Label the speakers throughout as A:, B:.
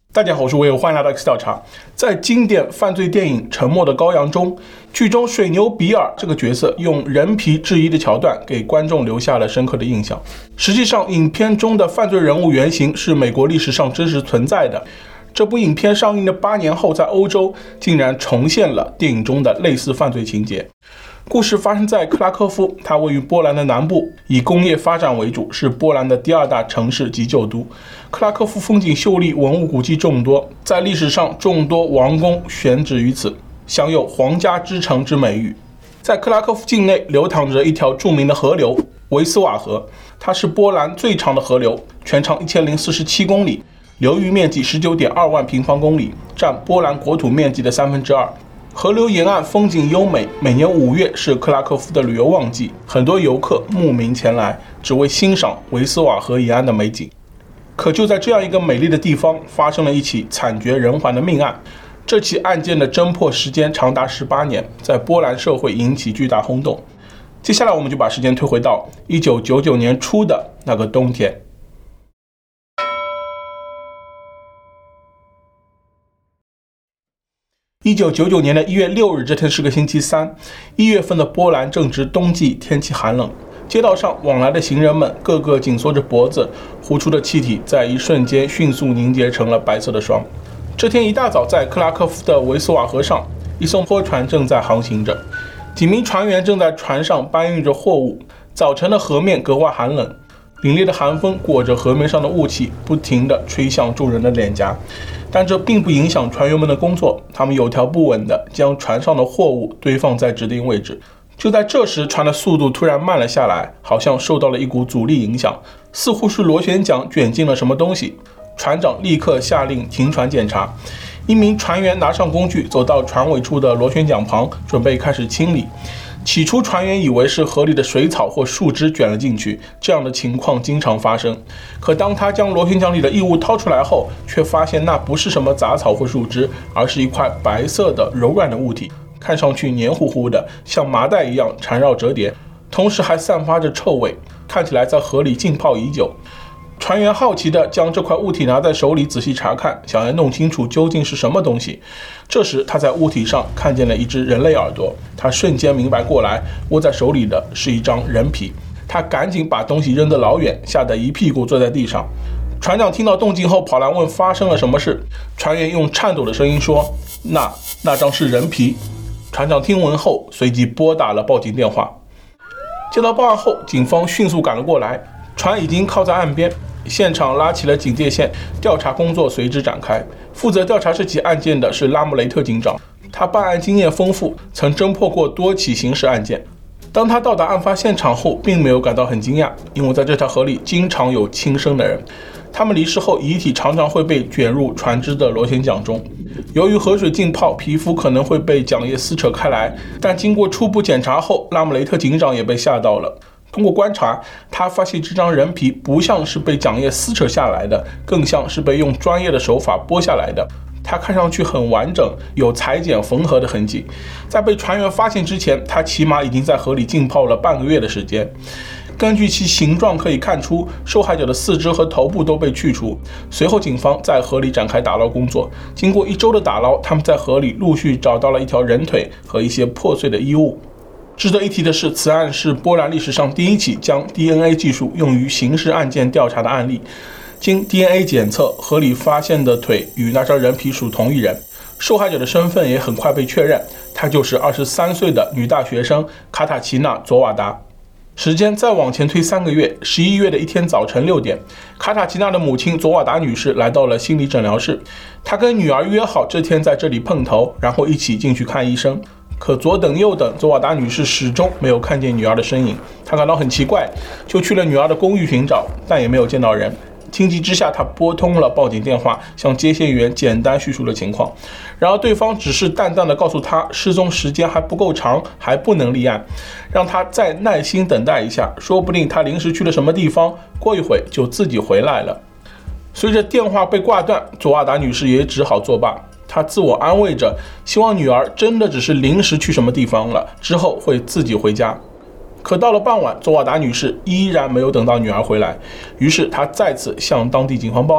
A: 大家好，我是威友，欢迎来到 X 调查。在经典犯罪电影《沉默的羔羊》中，剧中水牛比尔这个角色用人皮质疑的桥段给观众留下了深刻的印象。实际上，影片中的犯罪人物原型是美国历史上真实存在的。这部影片上映的8年后，在欧洲竟然重现了电影中的类似犯罪情节。故事发生在克拉科夫，它位于波兰的南部，以工业发展为主，是波兰的第2大城市及旧都。克拉科夫风景秀丽，文物古迹众多，在历史上众多王宫选址于此，享有皇家之城之美誉。在克拉科夫境内流淌着一条著名的河流维斯瓦河，它是波兰最长的河流，全长1047公里，流域面积19.2万平方公里，占波兰国土面积的2/3。河流沿岸风景优美，每年5月是克拉科夫的旅游旺季，很多游客慕名前来，只为欣赏维斯瓦河沿岸的美景。可就在这样一个美丽的地方，发生了一起惨绝人寰的命案。这起案件的侦破时间长达18年，在波兰社会引起巨大轰动。接下来我们就把时间推回到1999年初的那个冬天。1999年的1月6日，这天是个星期三。1月份的波兰正值冬季，天气寒冷，街道上往来的行人们个个紧缩着脖子，呼出的气体在一瞬间迅速凝结成了白色的霜。这天一大早，在克拉科夫的维斯瓦河上，一艘拖船正在航行着，几名船员正在船上搬运着货物。早晨的河面格外寒冷，凛冽的寒风裹着河面上的雾气，不停地吹向众人的脸颊。但这并不影响船员们的工作，他们有条不紊地将船上的货物堆放在指定位置。就在这时，船的速度突然慢了下来，好像受到了一股阻力影响，似乎是螺旋桨卷进了什么东西。船长立刻下令停船检查。一名船员拿上工具，走到船尾处的螺旋桨旁，准备开始清理。起初船员以为是河里的水草或树枝卷了进去，这样的情况经常发生。可当他将螺旋桨里的异物掏出来后，却发现那不是什么杂草或树枝，而是一块白色的柔软的物体，看上去黏糊糊的，像麻袋一样缠绕折叠，同时还散发着臭味，看起来在河里浸泡已久。船员好奇地将这块物体拿在手里仔细查看，想要弄清楚究竟是什么东西。这时他在物体上看见了一只人类耳朵，他瞬间明白过来，握在手里的是一张人皮。他赶紧把东西扔得老远，吓得一屁股坐在地上。船长听到动静后跑来问发生了什么事。船员用颤抖的声音说，那张是人皮。船长听闻后随即拨打了报警电话。接到报案后，警方迅速赶了过来，船已经靠在岸边，现场拉起了警戒线，调查工作随之展开。负责调查这起案件的是拉姆雷特警长，他办案经验丰富，曾侦破过多起刑事案件。当他到达案发现场后，并没有感到很惊讶，因为在这条河里经常有轻生的人，他们离世后遗体常常会被卷入船只的螺旋桨中。由于河水浸泡，皮肤可能会被桨叶撕扯开来，但经过初步检查后，拉姆雷特警长也被吓到了。通过观察，他发现这张人皮不像是被桨叶撕扯下来的，更像是被用专业的手法剥下来的。它看上去很完整，有裁剪缝合的痕迹。在被船员发现之前，它起码已经在河里浸泡了半个月的时间。根据其形状可以看出，受害者的四肢和头部都被去除。随后警方在河里展开打捞工作，经过1周的打捞，他们在河里陆续找到了一条人腿和一些破碎的衣物。值得一提的是，此案是波兰历史上第一起将 DNA 技术用于刑事案件调查的案例。经 DNA 检测，河里发现的腿与那张人皮属同一人，受害者的身份也很快被确认，她就是23岁的女大学生卡塔奇娜·佐瓦达。时间再往前推3个月，11月的一天早晨6点，卡塔奇娜的母亲佐瓦达女士来到了心理诊疗室，她跟女儿约好这天在这里碰头，然后一起进去看医生。可左等右等，佐瓦达女士始终没有看见女儿的身影，她感到很奇怪，就去了女儿的公寓寻找，但也没有见到人。情急之下，她拨通了报警电话，向接线员简单叙述了情况。然而对方只是淡淡的告诉她，失踪时间还不够长，还不能立案，让她再耐心等待一下，说不定她临时去了什么地方，过一会就自己回来了。随着电话被挂断，佐瓦达女士也只好作罢。她自我安慰着，希望女儿真的只是临时去什么地方了，之后会自己回家。可到了傍晚，佐瓦达女士依然没有等到女儿回来，于是她再次向当地警方报案。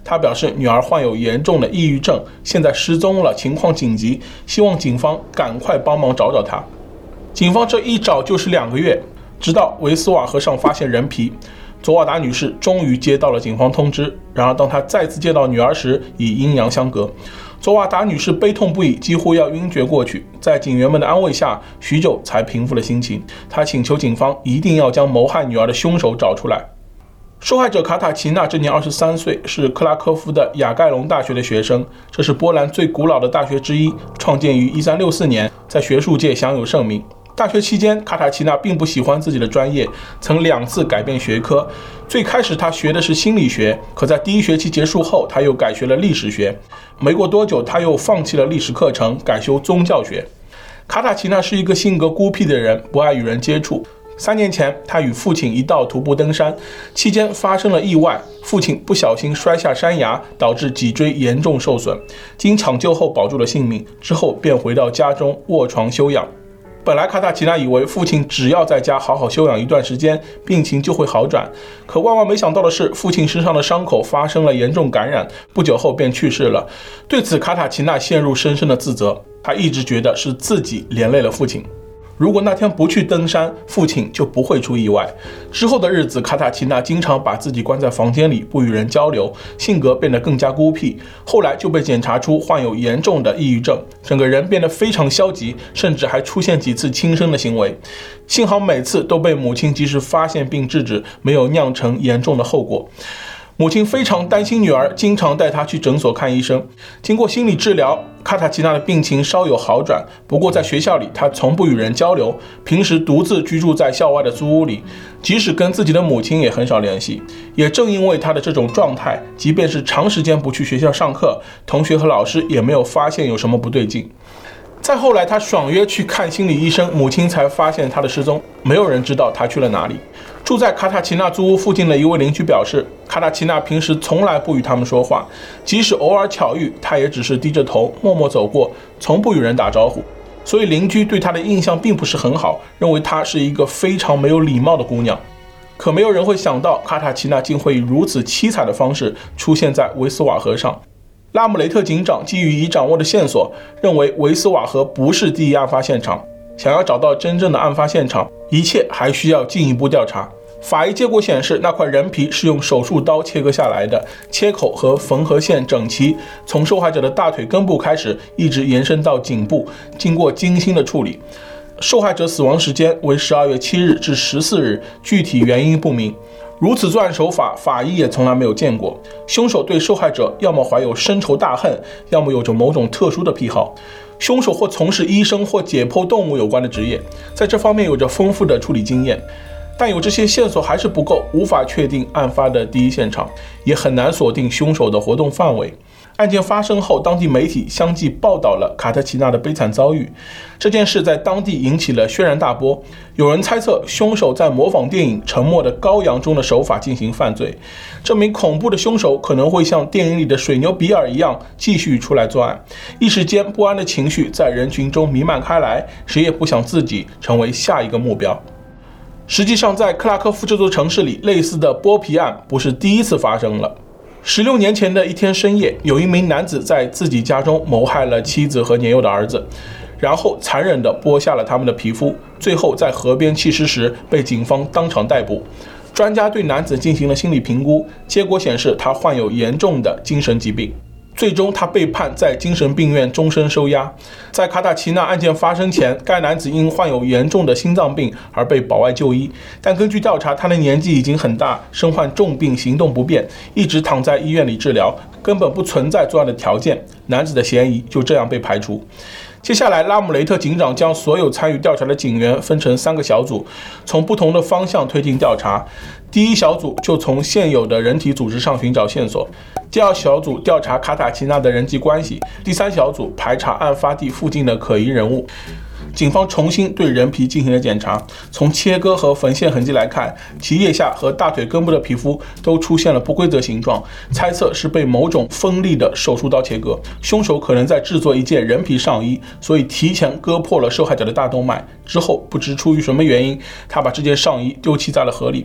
A: 他表示女儿患有严重的抑郁症，现在失踪了，情况紧急，希望警方赶快帮忙找找她。警方这一找就是2个月，直到维斯瓦河上发现人皮，佐瓦达女士终于接到了警方通知。然而当她再次见到女儿时，已阴阳相隔。佐瓦达女士悲痛不已，几乎要晕厥过去。在警员们的安慰下，许久才平复了心情。她请求警方一定要将谋害女儿的凶手找出来。受害者卡塔奇娜这年23岁，是克拉科夫的雅盖隆大学的学生，这是波兰最古老的大学之一，创建于1364年，在学术界享有盛名。大学期间，卡塔奇娜并不喜欢自己的专业，曾2次改变学科。最开始她学的是心理学，可在第1学期结束后，她又改学了历史学。没过多久，她又放弃了历史课程，改修宗教学。卡塔奇娜是一个性格孤僻的人，不爱与人接触。3年前，他与父亲一道徒步登山，期间发生了意外，父亲不小心摔下山崖，导致脊椎严重受损，经抢救后保住了性命，之后便回到家中卧床休养。本来卡塔奇娜以为父亲只要在家好好休养一段时间，病情就会好转，可万万没想到的是，父亲身上的伤口发生了严重感染，不久后便去世了。对此，卡塔奇娜陷入深深的自责，她一直觉得是自己连累了父亲。如果那天不去登山，父亲就不会出意外。之后的日子，卡塔奇娜经常把自己关在房间里，不与人交流，性格变得更加孤僻。后来就被检查出患有严重的抑郁症，整个人变得非常消极，甚至还出现几次轻生的行为。幸好每次都被母亲及时发现并制止，没有酿成严重的后果。母亲非常担心女儿，经常带她去诊所看医生。经过心理治疗，卡塔奇娜的病情稍有好转，不过在学校里她从不与人交流，平时独自居住在校外的租屋里，即使跟自己的母亲也很少联系。也正因为她的这种状态，即便是长时间不去学校上课，同学和老师也没有发现有什么不对劲。再后来，他爽约去看心理医生，母亲才发现他的失踪，没有人知道他去了哪里。住在卡塔奇娜租屋附近的一位邻居表示，卡塔奇娜平时从来不与他们说话，即使偶尔巧遇，他也只是低着头默默走过，从不与人打招呼。所以邻居对他的印象并不是很好，认为她是一个非常没有礼貌的姑娘。可没有人会想到，卡塔奇娜竟会以如此凄惨的方式出现在维斯瓦河上。拉姆雷特警长基于已掌握的线索，认为维斯瓦河不是第一案发现场。想要找到真正的案发现场，一切还需要进一步调查。法医结果显示，那块人皮是用手术刀切割下来的，切口和缝合线整齐，从受害者的大腿根部开始，一直延伸到颈部，经过精心的处理。受害者死亡时间为12月7日至14日，具体原因不明。如此作案手法，法医也从来没有见过。凶手对受害者要么怀有深仇大恨，要么有着某种特殊的癖好。凶手或从事医生或解剖动物有关的职业，在这方面有着丰富的处理经验。但有这些线索还是不够，无法确定案发的第一现场，也很难锁定凶手的活动范围。案件发生后，当地媒体相继报道了卡特奇娜的悲惨遭遇。这件事在当地引起了轩然大波。有人猜测，凶手在模仿电影《沉默的羔羊》中的手法进行犯罪。这名恐怖的凶手可能会像电影里的水牛比尔一样，继续出来作案。一时间，不安的情绪在人群中弥漫开来，谁也不想自己成为下一个目标。实际上，在克拉科夫这座城市里，类似的剥皮案不是第一次发生了。16年前的一天深夜，有一名男子在自己家中谋害了妻子和年幼的儿子，然后残忍地剥下了他们的皮肤，最后在河边弃尸时被警方当场逮捕。专家对男子进行了心理评估，结果显示他患有严重的精神疾病。最终他被判在精神病院终身收押。在卡塔奇娜案件发生前，该男子因患有严重的心脏病而被保外就医，但根据调查，他的年纪已经很大，身患重病，行动不便，一直躺在医院里治疗，根本不存在作案的条件，男子的嫌疑就这样被排除。接下来，拉姆雷特警长将所有参与调查的警员分成3个小组，从不同的方向推进调查。第一小组就从现有的人体组织上寻找线索，第二小组调查卡塔奇娜的人际关系，第三小组排查案发地附近的可疑人物。警方重新对人皮进行了检查，从切割和缝线痕迹来看，其腋下和大腿根部的皮肤都出现了不规则形状，猜测是被某种锋利的手术刀切割。凶手可能在制作一件人皮上衣，所以提前割破了受害者的大动脉，之后不知出于什么原因，他把这件上衣丢弃在了河里。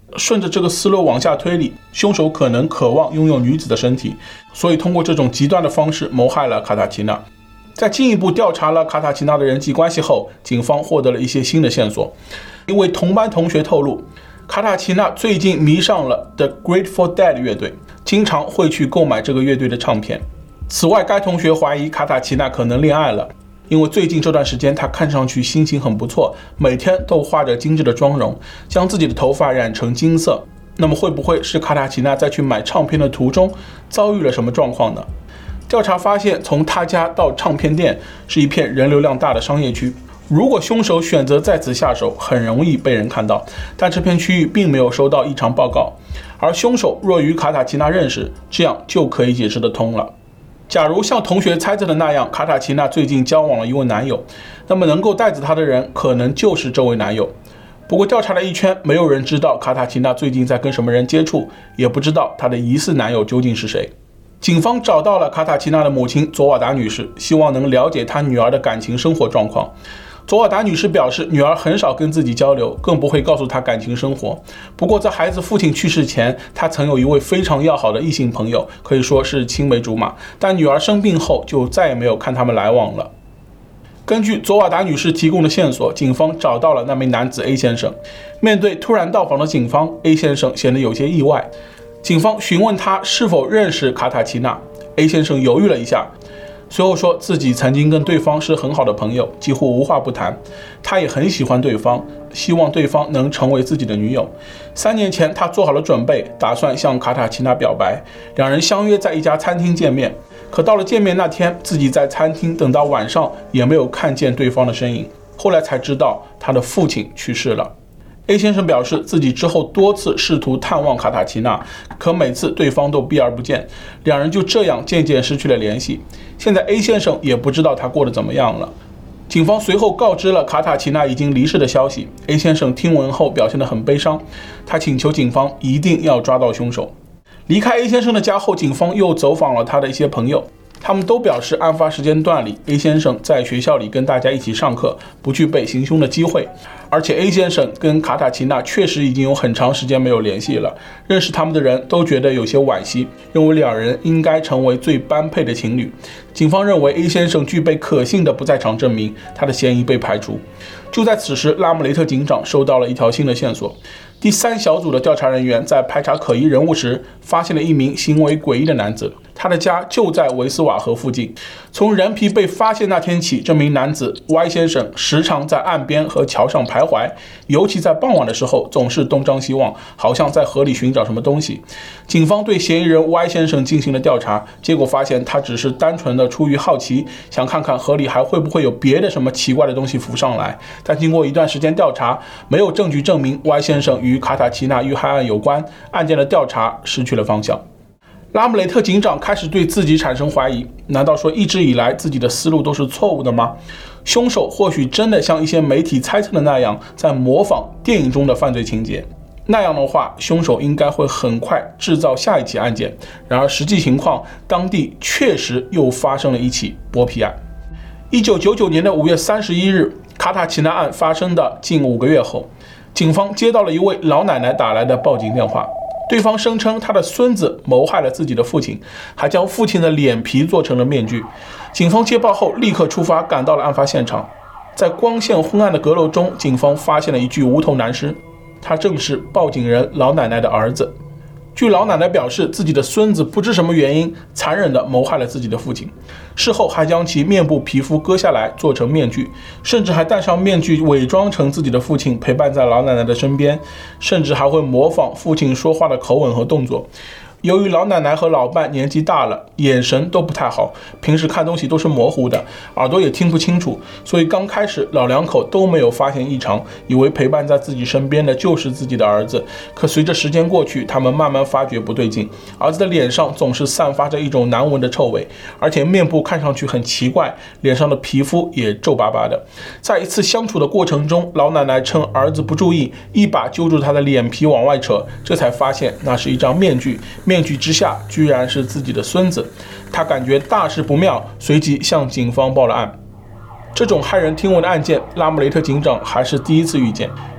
A: 顺着这个思路往下推理，凶手可能渴望拥有女子的身体，所以通过这种极端的方式谋害了卡塔奇娜。在进一步调查了卡塔奇娜的人际关系后，警方获得了一些新的线索。一位同班同学透露，卡塔奇娜最近迷上了 The Grateful Dead 乐队，经常会去购买这个乐队的唱片。此外，该同学怀疑卡塔奇娜可能恋爱了，因为最近这段时间她看上去心情很不错，每天都化着精致的妆容，将自己的头发染成金色。那么会不会是卡塔奇娜在去买唱片的途中遭遇了什么状况呢？调查发现，从他家到唱片店是一片人流量大的商业区，如果凶手选择在此下手，很容易被人看到，但这片区域并没有收到异常报告。而凶手若与卡塔奇娜认识，这样就可以解释得通了。假如像同学猜测的那样，卡塔奇娜最近交往了一位男友，那么能够带走她的人可能就是这位男友。不过调查了一圈，没有人知道卡塔奇娜最近在跟什么人接触，也不知道她的疑似男友究竟是谁。警方找到了卡塔奇娜的母亲佐瓦达女士，希望能了解她女儿的感情生活状况。佐瓦达女士表示，女儿很少跟自己交流，更不会告诉她感情生活。不过在孩子父亲去世前，她曾有一位非常要好的异性朋友，可以说是青梅竹马，但女儿生病后就再也没有看他们来往了。根据佐瓦达女士提供的线索，警方找到了那名男子 A 先生。面对突然到访的警方， A 先生显得有些意外。警方询问他是否认识卡塔奇娜， A 先生犹豫了一下，随后说自己曾经跟对方是很好的朋友，几乎无话不谈。他也很喜欢对方，希望对方能成为自己的女友。3年前，他做好了准备，打算向卡塔奇娜表白。两人相约在一家餐厅见面，可到了见面那天，自己在餐厅等到晚上，也没有看见对方的身影。后来才知道他的父亲去世了。A 先生表示，自己之后多次试图探望卡塔奇娜，可每次对方都避而不见，两人就这样渐渐失去了联系。现在 A 先生也不知道他过得怎么样了。警方随后告知了卡塔奇娜已经离世的消息。A 先生听闻后表现得很悲伤，他请求警方一定要抓到凶手。离开 A 先生的家后，警方又走访了他的一些朋友，他们都表示案发时间段里 A 先生在学校里跟大家一起上课，不具备行凶的机会。而且 A 先生跟卡塔奇娜确实已经有很长时间没有联系了，认识他们的人都觉得有些惋惜，认为两人应该成为最般配的情侣。警方认为 A 先生具备可信的不在场证明，他的嫌疑被排除。就在此时，拉姆雷特警长收到了一条新的线索。第3小组的调查人员在排查可疑人物时，发现了一名行为诡异的男子，他的家就在维斯瓦河附近。从人皮被发现那天起，这名男子 Y 先生时常在岸边和桥上徘徊，尤其在傍晚的时候总是东张西望，好像在河里寻找什么东西。警方对嫌疑人 Y 先生进行了调查，结果发现他只是单纯的出于好奇，想看看河里还会不会有别的什么奇怪的东西浮上来。但经过一段时间调查，没有证据证明 Y 先生与卡塔奇娜遇害案有关，案件的调查失去了方向。拉姆雷特警长开始对自己产生怀疑，难道说一直以来自己的思路都是错误的吗？凶手或许真的像一些媒体猜测的那样，在模仿电影中的犯罪情节，那样的话，凶手应该会很快制造下一起案件。然而实际情况，当地确实又发生了一起剥皮案。1999年的5月31日，卡塔奇娜案发生的近5个月后，警方接到了一位老奶奶打来的报警电话。对方声称他的孙子谋害了自己的父亲，还将父亲的脸皮做成了面具。警方接报后立刻出发，赶到了案发现场。在光线昏暗的阁楼中，警方发现了一具无头男尸，他正是报警人老奶奶的儿子。据老奶奶表示，自己的孙子不知什么原因残忍地谋害了自己的父亲，事后还将其面部皮肤割下来做成面具，甚至还戴上面具伪装成自己的父亲，陪伴在老奶奶的身边，甚至还会模仿父亲说话的口吻和动作。由于老奶奶和老伴年纪大了，眼神都不太好，平时看东西都是模糊的，耳朵也听不清楚，所以刚开始老两口都没有发现异常，以为陪伴在自己身边的就是自己的儿子。可随着时间过去，他们慢慢发觉不对劲，儿子的脸上总是散发着一种难闻的臭味，而且面部看上去很奇怪，脸上的皮肤也皱巴巴的。在一次相处的过程中，老奶奶趁儿子不注意，一把揪住他的脸皮往外扯，这才发现那是一张面具，面具之下居然是自己的孙子。他感觉大事不妙，随即向警方报了案。这种骇人听闻的案件，拉姆雷特警长还是第一次遇见。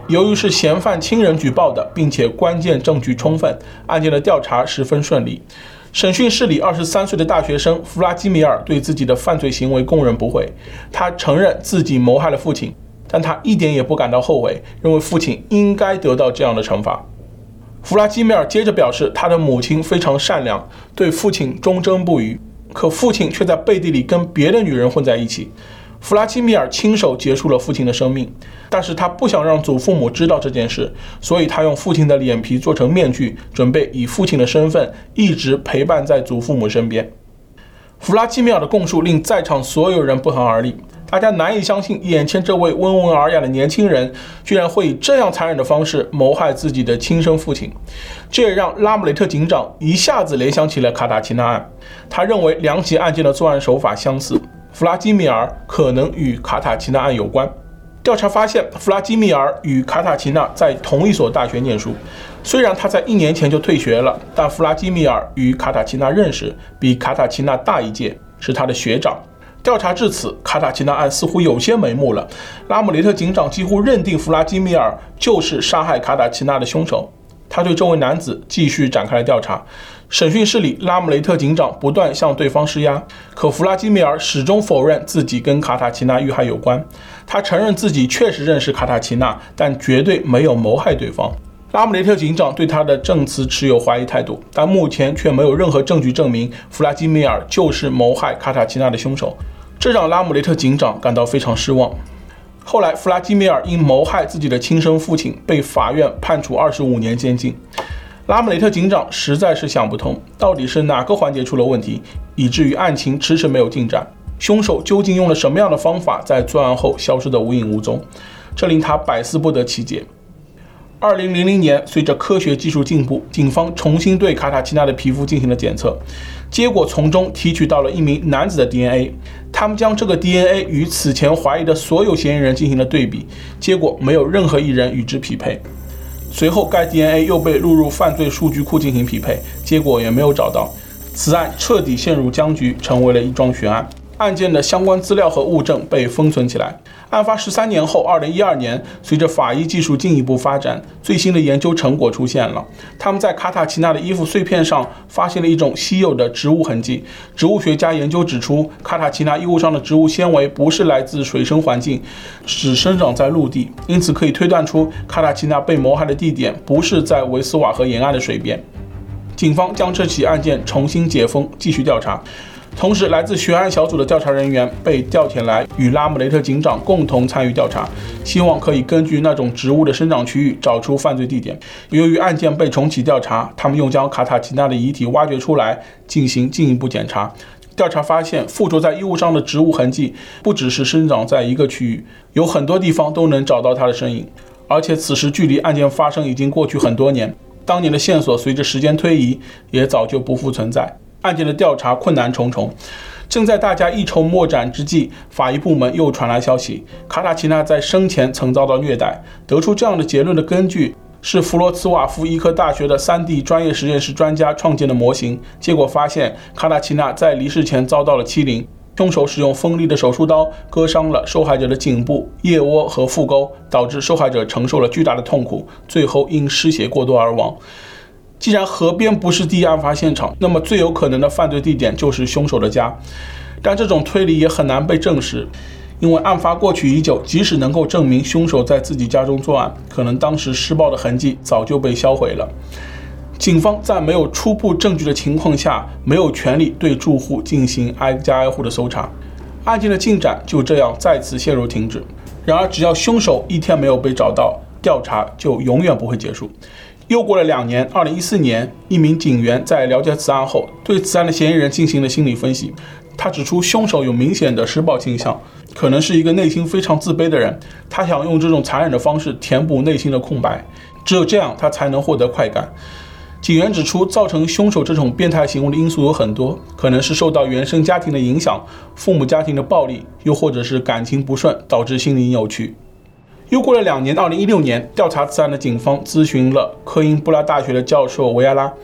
A: 由于是嫌犯亲人举报的，并且关键证据充分，案件的调查十分顺利。审讯室里23岁的大学生弗拉基米尔对自己的犯罪行为供认不讳，他承认自己谋害了父亲，但他一点也不感到后悔，认为父亲应该得到这样的惩罚。弗拉基米尔接着表示，他的母亲非常善良，对父亲忠贞不渝，可父亲却在背地里跟别的女人混在一起。弗拉基米尔亲手结束了父亲的生命，但是他不想让祖父母知道这件事，所以他用父亲的脸皮做成面具，准备以父亲的身份一直陪伴在祖父母身边。弗拉基米尔的供述令在场所有人不寒而栗，大家难以相信眼前这位温文尔雅的年轻人居然会以这样残忍的方式谋害自己的亲生父亲。这也让拉姆雷特警长一下子联想起了卡塔奇娜案，他认为两起案件的作案手法相似，弗拉基米尔可能与卡塔奇娜案有关。调查发现，弗拉基米尔与卡塔奇娜在同一所大学念书，虽然他在1年前就退学了，但弗拉基米尔与卡塔奇娜认识，比卡塔奇娜大一届，是他的学长。调查至此，卡塔奇娜案似乎有些眉目了，拉姆雷特警长几乎认定弗拉基米尔就是杀害卡塔奇娜的凶手。他对这位男子继续展开了调查。审讯室里，拉姆雷特警长不断向对方施压，可弗拉基米尔始终否认自己跟卡塔奇娜遇害有关。他承认自己确实认识卡塔奇娜，但绝对没有谋害对方。拉姆雷特警长对他的证词持有怀疑态度，但目前却没有任何证据证明弗拉基米尔就是谋害卡塔奇娜的凶手，这让拉姆雷特警长感到非常失望。后来，弗拉基米尔因谋害自己的亲生父亲被法院判处25年监禁。拉姆雷特警长实在是想不通，到底是哪个环节出了问题，以至于案情迟迟没有进展。凶手究竟用了什么样的方法在作案后消失得无影无踪？这令他百思不得其解。2000年，随着科学技术进步，警方重新对卡塔奇娜的皮肤进行了检测，结果从中提取到了一名男子的 DNA。他们将这个 DNA 与此前怀疑的所有嫌疑人进行了对比，结果没有任何一人与之匹配。随后，该 DNA 又被录入犯罪数据库进行匹配，结果也没有找到。此案彻底陷入僵局，成为了一桩悬案。案件的相关资料和物证被封存起来。案发13年后，2012年，随着法医技术进一步发展，最新的研究成果出现了。他们在卡塔奇娜的衣服碎片上发现了一种稀有的植物痕迹。植物学家研究指出，卡塔奇娜衣物上的植物纤维不是来自水生环境，只生长在陆地，因此可以推断出卡塔奇娜被谋害的地点不是在维斯瓦河沿岸的水边。警方将这起案件重新解封，继续调查。同时，来自悬案小组的调查人员被调遣来与拉姆雷特警长共同参与调查，希望可以根据那种植物的生长区域找出犯罪地点。由于案件被重启调查，他们又将卡塔奇娜的遗体挖掘出来进行进一步检查。调查发现，附着在衣物上的植物痕迹不只是生长在一个区域，有很多地方都能找到它的身影。而且此时距离案件发生已经过去很多年，当年的线索随着时间推移也早就不复存在。案件的调查困难重重，正在大家一筹莫展之际，法医部门又传来消息，卡塔奇娜在生前曾遭到虐待。得出这样的结论的根据是弗罗茨瓦夫医科大学的3D 专业实验室专家创建的模型，结果发现卡塔奇娜在离世前遭到了欺凌，凶手使用锋利的手术刀割伤了受害者的颈部、腋窝和腹沟，导致受害者承受了巨大的痛苦，最后因失血过多而亡。既然河边不是第一案发现场，那么最有可能的犯罪地点就是凶手的家。但这种推理也很难被证实，因为案发过去已久，即使能够证明凶手在自己家中作案，可能当时施暴的痕迹早就被销毁了。警方在没有初步证据的情况下，没有权利对住户进行挨家挨户的搜查，案件的进展就这样再次陷入停止。然而，只要凶手一天没有被找到，调查就永远不会结束。又过了2年，2014年，一名警员在了解此案后，对此案的嫌疑人进行了心理分析。他指出，凶手有明显的施暴倾向，可能是一个内心非常自卑的人。他想用这种残忍的方式填补内心的空白，只有这样，他才能获得快感。警员指出，造成凶手这种变态行为的因素有很多，可能是受到原生家庭的影响，父母家庭的暴力，又或者是感情不顺导致心理扭曲。又过了2年，2016年，调查此案的警方咨询了科因布拉大学的教授维埃拉，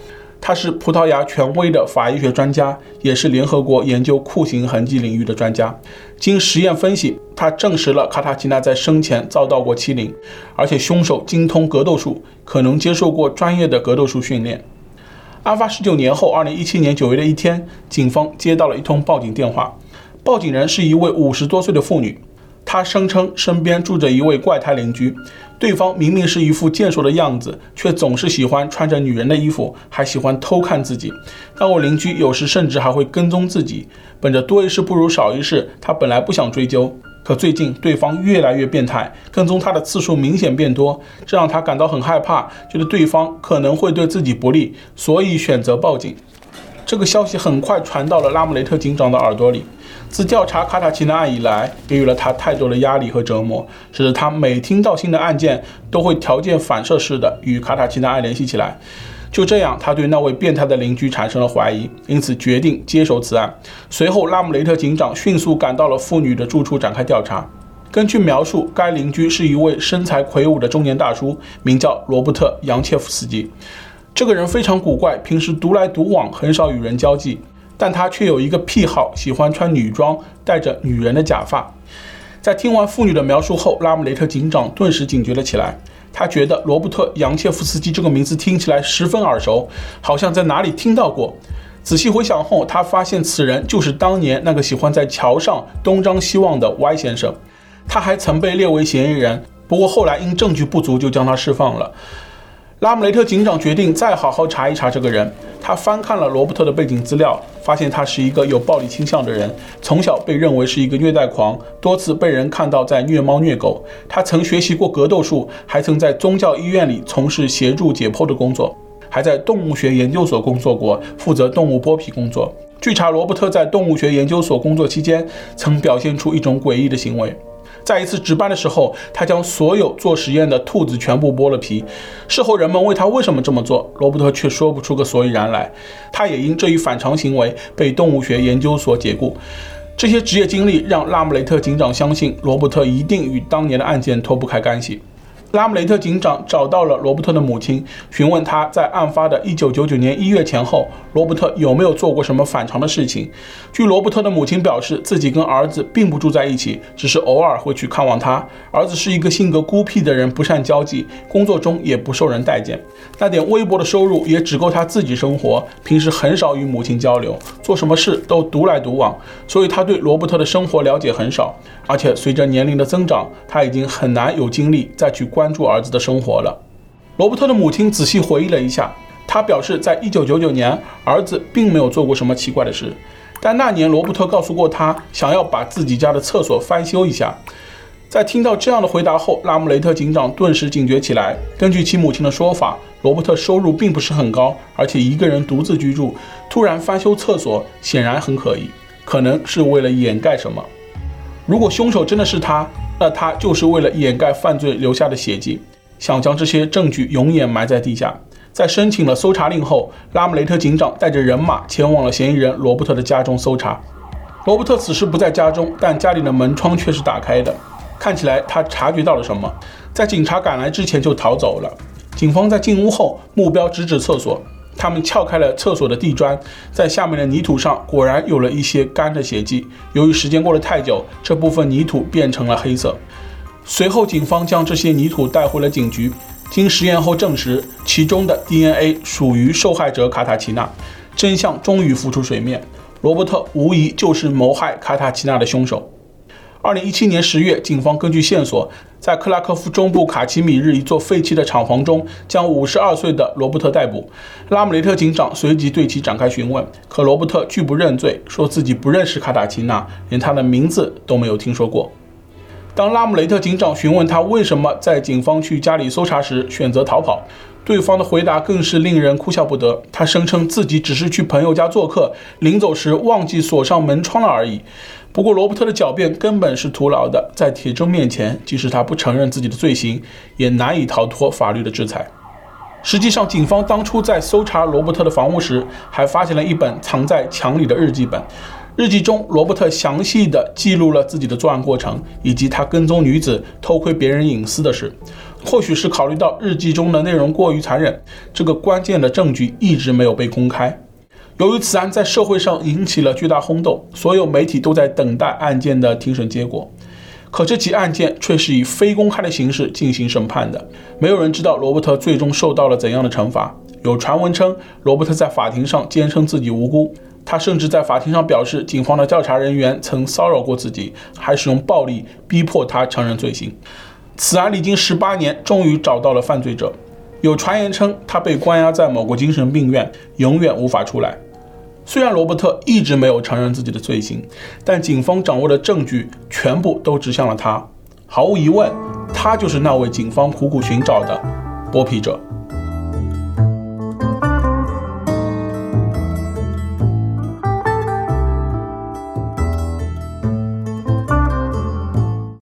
A: 他是葡萄牙权威的法医学专家，也是联合国研究酷刑痕迹领域的专家。经实验分析，他证实了卡塔奇娜在生前遭到过欺凌，而且凶手精通格斗术，可能接受过专业的格斗术训练。案发19年后，2017年9月的一天，警方接到了一通报警电话，报警人是一位50多岁的妇女。他声称身边住着一位怪胎邻居，对方明明是一副健硕的样子，却总是喜欢穿着女人的衣服，还喜欢偷看自己。那位邻居有时甚至还会跟踪自己。本着多一事不如少一事，他本来不想追究，可最近对方越来越变态，跟踪他的次数明显变多，这让他感到很害怕，觉得对方可能会对自己不利，所以选择报警。这个消息很快传到了拉姆雷特警长的耳朵里。自调查卡塔奇娜案以来，给予了他太多的压力和折磨，使得他每听到新的案件都会条件反射式的与卡塔奇娜案联系起来。就这样，他对那位变态的邻居产生了怀疑，因此决定接手此案。随后，拉姆雷特警长迅速赶到了妇女的住处展开调查。根据描述，该邻居是一位身材魁梧的中年大叔，名叫罗伯特·扬切夫斯基。这个人非常古怪，平时独来独往，很少与人交际。但他却有一个癖好，喜欢穿女装，戴着女人的假发。在听完妇女的描述后，拉姆雷特警长顿时警觉了起来。他觉得罗伯特·扬切夫斯基这个名字听起来十分耳熟，好像在哪里听到过。仔细回想后，他发现此人就是当年那个喜欢在桥上东张西望的 Y 先生。他还曾被列为嫌疑人，不过后来因证据不足就将他释放了。拉姆雷特警长决定再好好查一查这个人。他翻看了罗伯特的背景资料，发现他是一个有暴力倾向的人，从小被认为是一个虐待狂，多次被人看到在虐猫虐狗。他曾学习过格斗术，还曾在宗教医院里从事协助解剖的工作，还在动物学研究所工作过，负责动物剥皮工作。据查，罗伯特在动物学研究所工作期间曾表现出一种诡异的行为。在一次值班的时候，他将所有做实验的兔子全部剥了皮。事后人们问他为什么这么做，罗伯特却说不出个所以然来。他也因这一反常行为被动物学研究所解雇。这些职业经历让拉姆雷特警长相信罗伯特一定与当年的案件脱不开干系。拉姆雷特警长找到了罗伯特的母亲，询问他在案发的1999年1月前后，罗伯特有没有做过什么反常的事情。据罗伯特的母亲表示，自己跟儿子并不住在一起，只是偶尔会去看望他。儿子是一个性格孤僻的人，不善交际，工作中也不受人待见，那点微薄的收入也只够他自己生活，平时很少与母亲交流，做什么事都独来独往，所以他对罗伯特的生活了解很少。而且随着年龄的增长，他已经很难有精力再去关注儿子的生活了。罗伯特的母亲仔细回忆了一下，他表示在1999年，儿子并没有做过什么奇怪的事，但那年罗伯特告诉过他，想要把自己家的厕所翻修一下。在听到这样的回答后，拉姆雷特警长顿时警觉起来。根据其母亲的说法，罗伯特收入并不是很高，而且一个人独自居住，突然翻修厕所显然很可疑，可能是为了掩盖什么。如果凶手真的是他，那他就是为了掩盖犯罪留下的血迹，想将这些证据永远埋在地下。在申请了搜查令后，拉姆雷特警长带着人马前往了嫌疑人罗伯特的家中搜查。罗伯特此时不在家中，但家里的门窗却是打开的，看起来他察觉到了什么，在警察赶来之前就逃走了。警方在进屋后，目标直指厕所，他们撬开了厕所的地砖，在下面的泥土上果然有了一些干的血迹。由于时间过得太久，这部分泥土变成了黑色。随后警方将这些泥土带回了警局，经实验后证实，其中的 DNA 属于受害者卡塔奇娜。真相终于浮出水面，罗伯特无疑就是谋害卡塔奇娜的凶手。2017年10月，警方根据线索，在克拉科夫中部卡奇米日一座废弃的厂房中，将52岁的罗伯特逮捕。拉姆雷特警长随即对其展开询问，可罗伯特拒不认罪，说自己不认识卡塔奇娜，连她的名字都没有听说过。当拉姆雷特警长询问他为什么在警方去家里搜查时选择逃跑，对方的回答更是令人哭笑不得。他声称自己只是去朋友家做客，临走时忘记锁上门窗了而已。不过罗伯特的狡辩根本是徒劳的，在铁证面前，即使他不承认自己的罪行，也难以逃脱法律的制裁。实际上，警方当初在搜查罗伯特的房屋时，还发现了一本藏在墙里的日记本。日记中，罗伯特详细地记录了自己的作案过程，以及他跟踪女子、偷窥别人隐私的事。 或许是考虑到日记中的内容过于残忍，这个关键的证据一直没有被公开。由于此案在社会上引起了巨大轰动，所有媒体都在等待案件的庭审结果。可这起案件却是以非公开的形式进行审判的，没有人知道罗伯特最终受到了怎样的惩罚。有传闻称，罗伯特在法庭上坚称自己无辜，他甚至在法庭上表示，警方的调查人员曾骚扰过自己，还使用暴力逼迫他承认罪行。此案历经18年，终于找到了犯罪者。有传言称，他被关押在某个精神病院，永远无法出来。虽然罗伯特一直没有承认自己的罪行，但警方掌握的证据全部都指向了他。毫无疑问，他就是那位警方苦苦寻找的剥皮者。